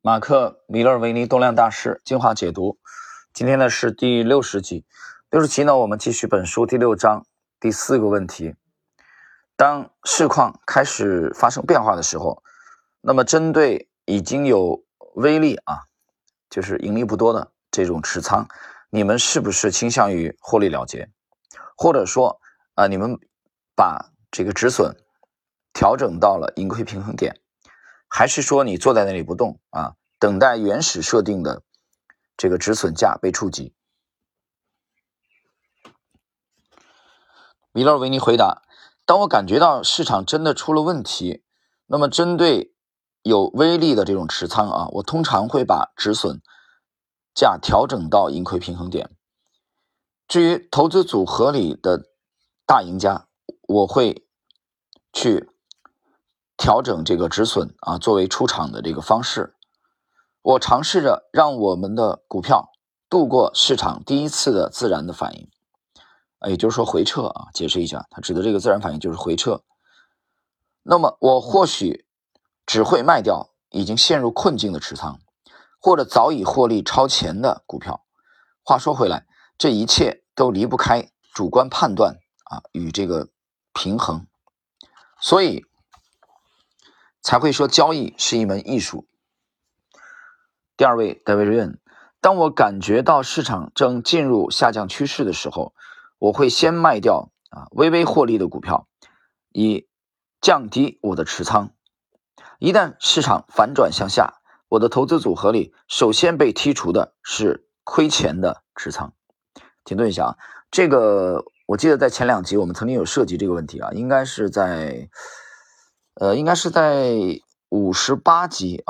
马克·米勒维尼动量大师精华解读。今天呢是第60集，60集呢我们继续本书第6章第4个问题。当市况开始发生变化的时候，那么针对已经有微利就是盈利不多的这种持仓，你们是不是倾向于获利了结？或者说你们把这个止损调整到了盈亏平衡点，还是说你坐在那里不动等待原始设定的这个止损价被触及？米勒维尼回答：当我感觉到市场真的出了问题，那么针对有微利的这种持仓我通常会把止损价调整到盈亏平衡点。至于投资组合里的大赢家，我会去调整这个止损作为出场的这个方式。我尝试着让我们的股票度过市场第一次的自然的反应，也就是说回撤解释一下，它指的这个自然反应就是回撤。那么我或许只会卖掉已经陷入困境的持仓，或者早已获利超前的股票。话说回来，这一切都离不开主观判断与这个平衡，所以才会说交易是一门艺术。第二位戴维瑞恩，当我感觉到市场正进入下降趋势的时候，我会先卖掉微微获利的股票，以降低我的持仓。一旦市场反转向下，我的投资组合里首先被剔除的是亏钱的持仓。停顿一下这个我记得在前2集我们曾经有涉及这个问题应该是在58集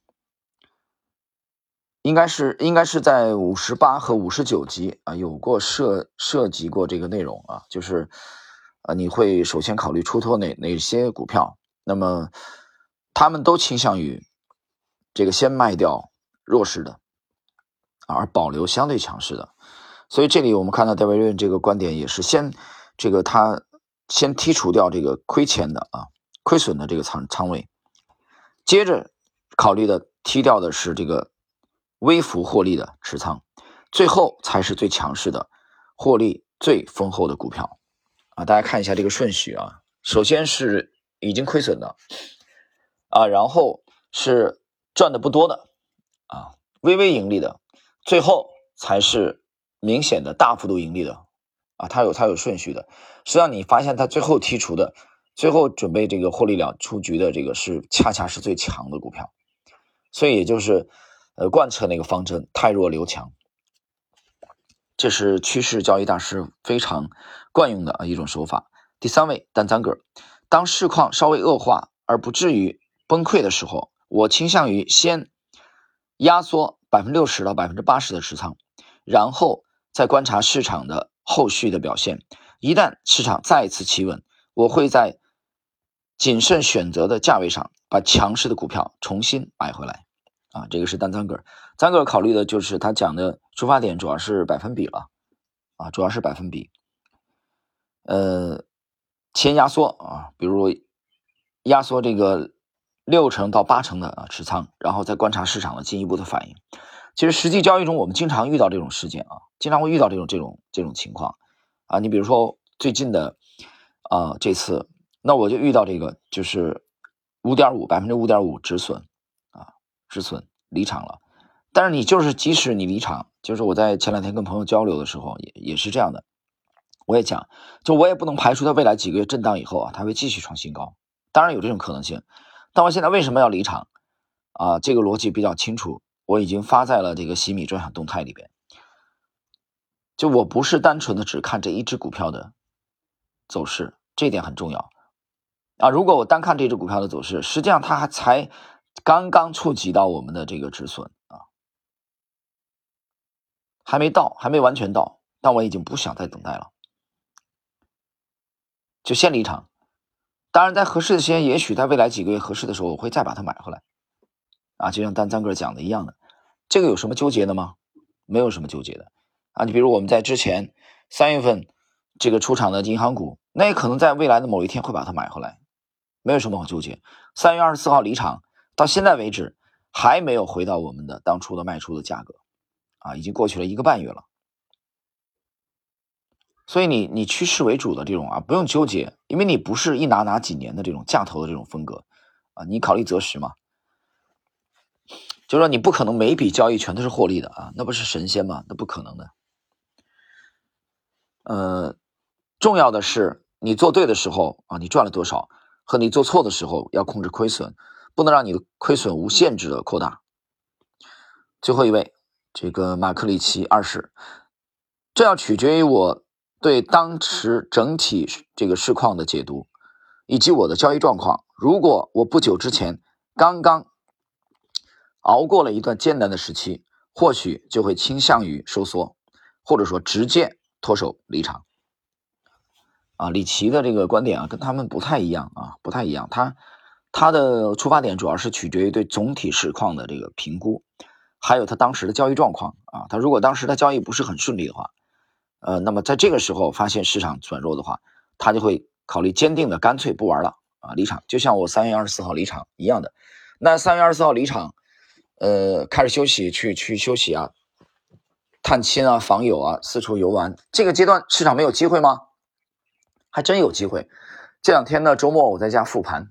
应该是在58和59集有过涉及过这个内容就是你会首先考虑出脱哪些股票，那么他们都倾向于这个先卖掉弱势的而保留相对强势的。所以这里我们看到戴维瑞这个观点也是他先剔除掉这个亏钱的亏损的这个仓位，接着考虑的剔掉的是这个微幅获利的持仓，最后才是最强势的获利最丰厚的股票大家看一下这个顺序首先是已经亏损的然后是赚的不多的微微盈利的，最后才是明显的大幅度盈利的它有顺序的。实际上你发现它最后剔除的，最后准备这个获利了出局的这个是恰恰是最强的股票，所以也就是贯彻那个方针，太弱留强。这是趋势交易大师非常惯用的一种手法。第3位Dan Zanger，当市况稍微恶化而不至于崩溃的时候，我倾向于先压缩 60% 到 80% 的持仓，然后再观察市场的后续的表现。一旦市场再次企稳，我会在谨慎选择的价位上把强势的股票重新买回来这个是Dan Zanger考虑的就是他讲的出发点主要是百分比了主要是百分比先压缩比如压缩这个60%到80%的持仓，然后再观察市场的进一步的反应。其实实际交易中我们经常遇到这种事件经常会遇到这种情况你比如说最近的这次，那我就遇到这个就是5.5% 止损止损离场了。但是你就是即使你离场，就是我在前2天跟朋友交流的时候也是这样的，我也讲，就我也不能排除它未来几个月震荡以后它会继续创新高，当然有这种可能性。但我现在为什么要离场这个逻辑比较清楚，我已经发在了这个洗米专享动态里边。就我不是单纯的只看这一只股票的走势，这一点很重要如果我单看这只股票的走势，实际上它才刚刚触及到我们的这个止损还没完全到，但我已经不想再等待了，就先离场。当然在合适的时间，也许在未来几个月合适的时候，我会再把它买回来就像Dan Zanger讲的一样的。这个有什么纠结的吗？没有什么纠结的你比如我们在之前3月份这个出场的银行股，那也可能在未来的某一天会把它买回来，没有什么好纠结。3月24号离场到现在为止， 还没有回到我们的当初的卖出的价格啊，已经过去了1个半月了。所以你趋势为主的这种啊，不用纠结，因为你不是一拿几年的这种价投的这种风格啊，你考虑择时嘛，就是说你不可能每一笔交易全都是获利的啊，那不是神仙吗？那不可能的。重要的是你做对的时候啊，你赚了多少，和你做错的时候要控制亏损，不能让你的亏损无限制的扩大。最后一位，这个马克里奇20，这要取决于我对当时整体这个市况的解读，以及我的交易状况。如果我不久之前刚刚熬过了一段艰难的时期，或许就会倾向于收缩，或者说直接脱手离场。啊，里奇的这个观点啊，跟他们不太一样啊，不太一样。他的出发点主要是取决于对总体市况的这个评估，还有他当时的交易状况啊。他如果当时的交易不是很顺利的话，那么在这个时候发现市场转弱的话，他就会考虑坚定的干脆不玩了啊，离场。就像我3月24号离场一样的。那3月24号离场，开始休息去休息啊，探亲啊，访友啊，四处游玩。这个阶段市场没有机会吗？还真有机会。这2天呢，周末我在家复盘，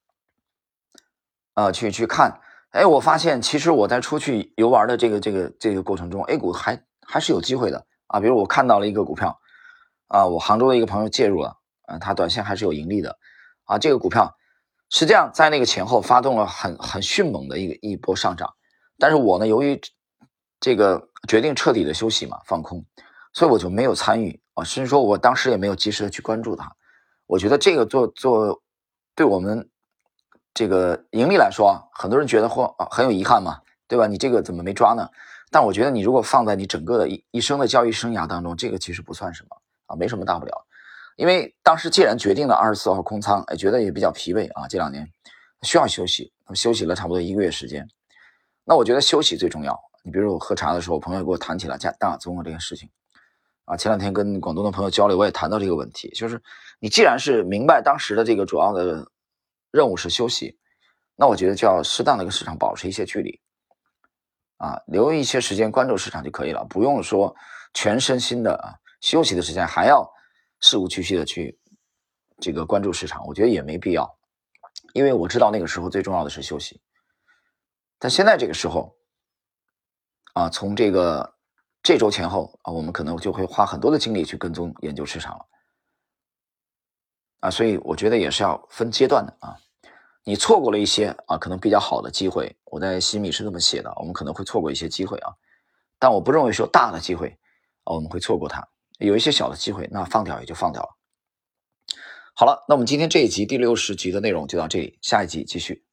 去看，我发现其实我在出去游玩的这个过程中 ，A 股还是有机会的啊。比如我看到了一个股票，啊，我杭州的一个朋友介入了，他短线还是有盈利的，啊，这个股票实际上在那个前后发动了很迅猛的一波上涨，但是我呢，由于这个决定彻底的休息嘛，放空，所以我就没有参与啊，甚至说我当时也没有及时的去关注它。我觉得这个做对我们这个盈利来说啊，很多人觉得很有遗憾嘛，对吧？你这个怎么没抓呢？但我觉得你如果放在你整个的一生的交易生涯当中，这个其实不算什么啊，没什么大不了。因为当时既然决定了24号空仓，觉得也比较疲惫啊，这2年需要休息，休息了差不多1个月时间。那我觉得休息最重要。你比如我喝茶的时候，朋友给我谈起了大宗的这个事情啊。前2天跟广东的朋友交流，我也谈到这个问题，就是你既然是明白当时的这个主要的任务是休息，那我觉得就要适当的跟市场保持一些距离啊，留一些时间关注市场就可以了，不用说全身心的休息的时间还要事无巨细的去这个关注市场，我觉得也没必要，因为我知道那个时候最重要的是休息。但现在这个时候啊，从这周前后啊，我们可能就会花很多的精力去跟踪研究市场了啊，所以我觉得也是要分阶段的啊。你错过了一些啊，可能比较好的机会，我在西米是这么写的，我们可能会错过一些机会啊，但我不认为说大的机会啊我们会错过它，有一些小的机会，那放掉也就放掉了。好了，那我们今天这一集第60集的内容就到这里，下一集继续。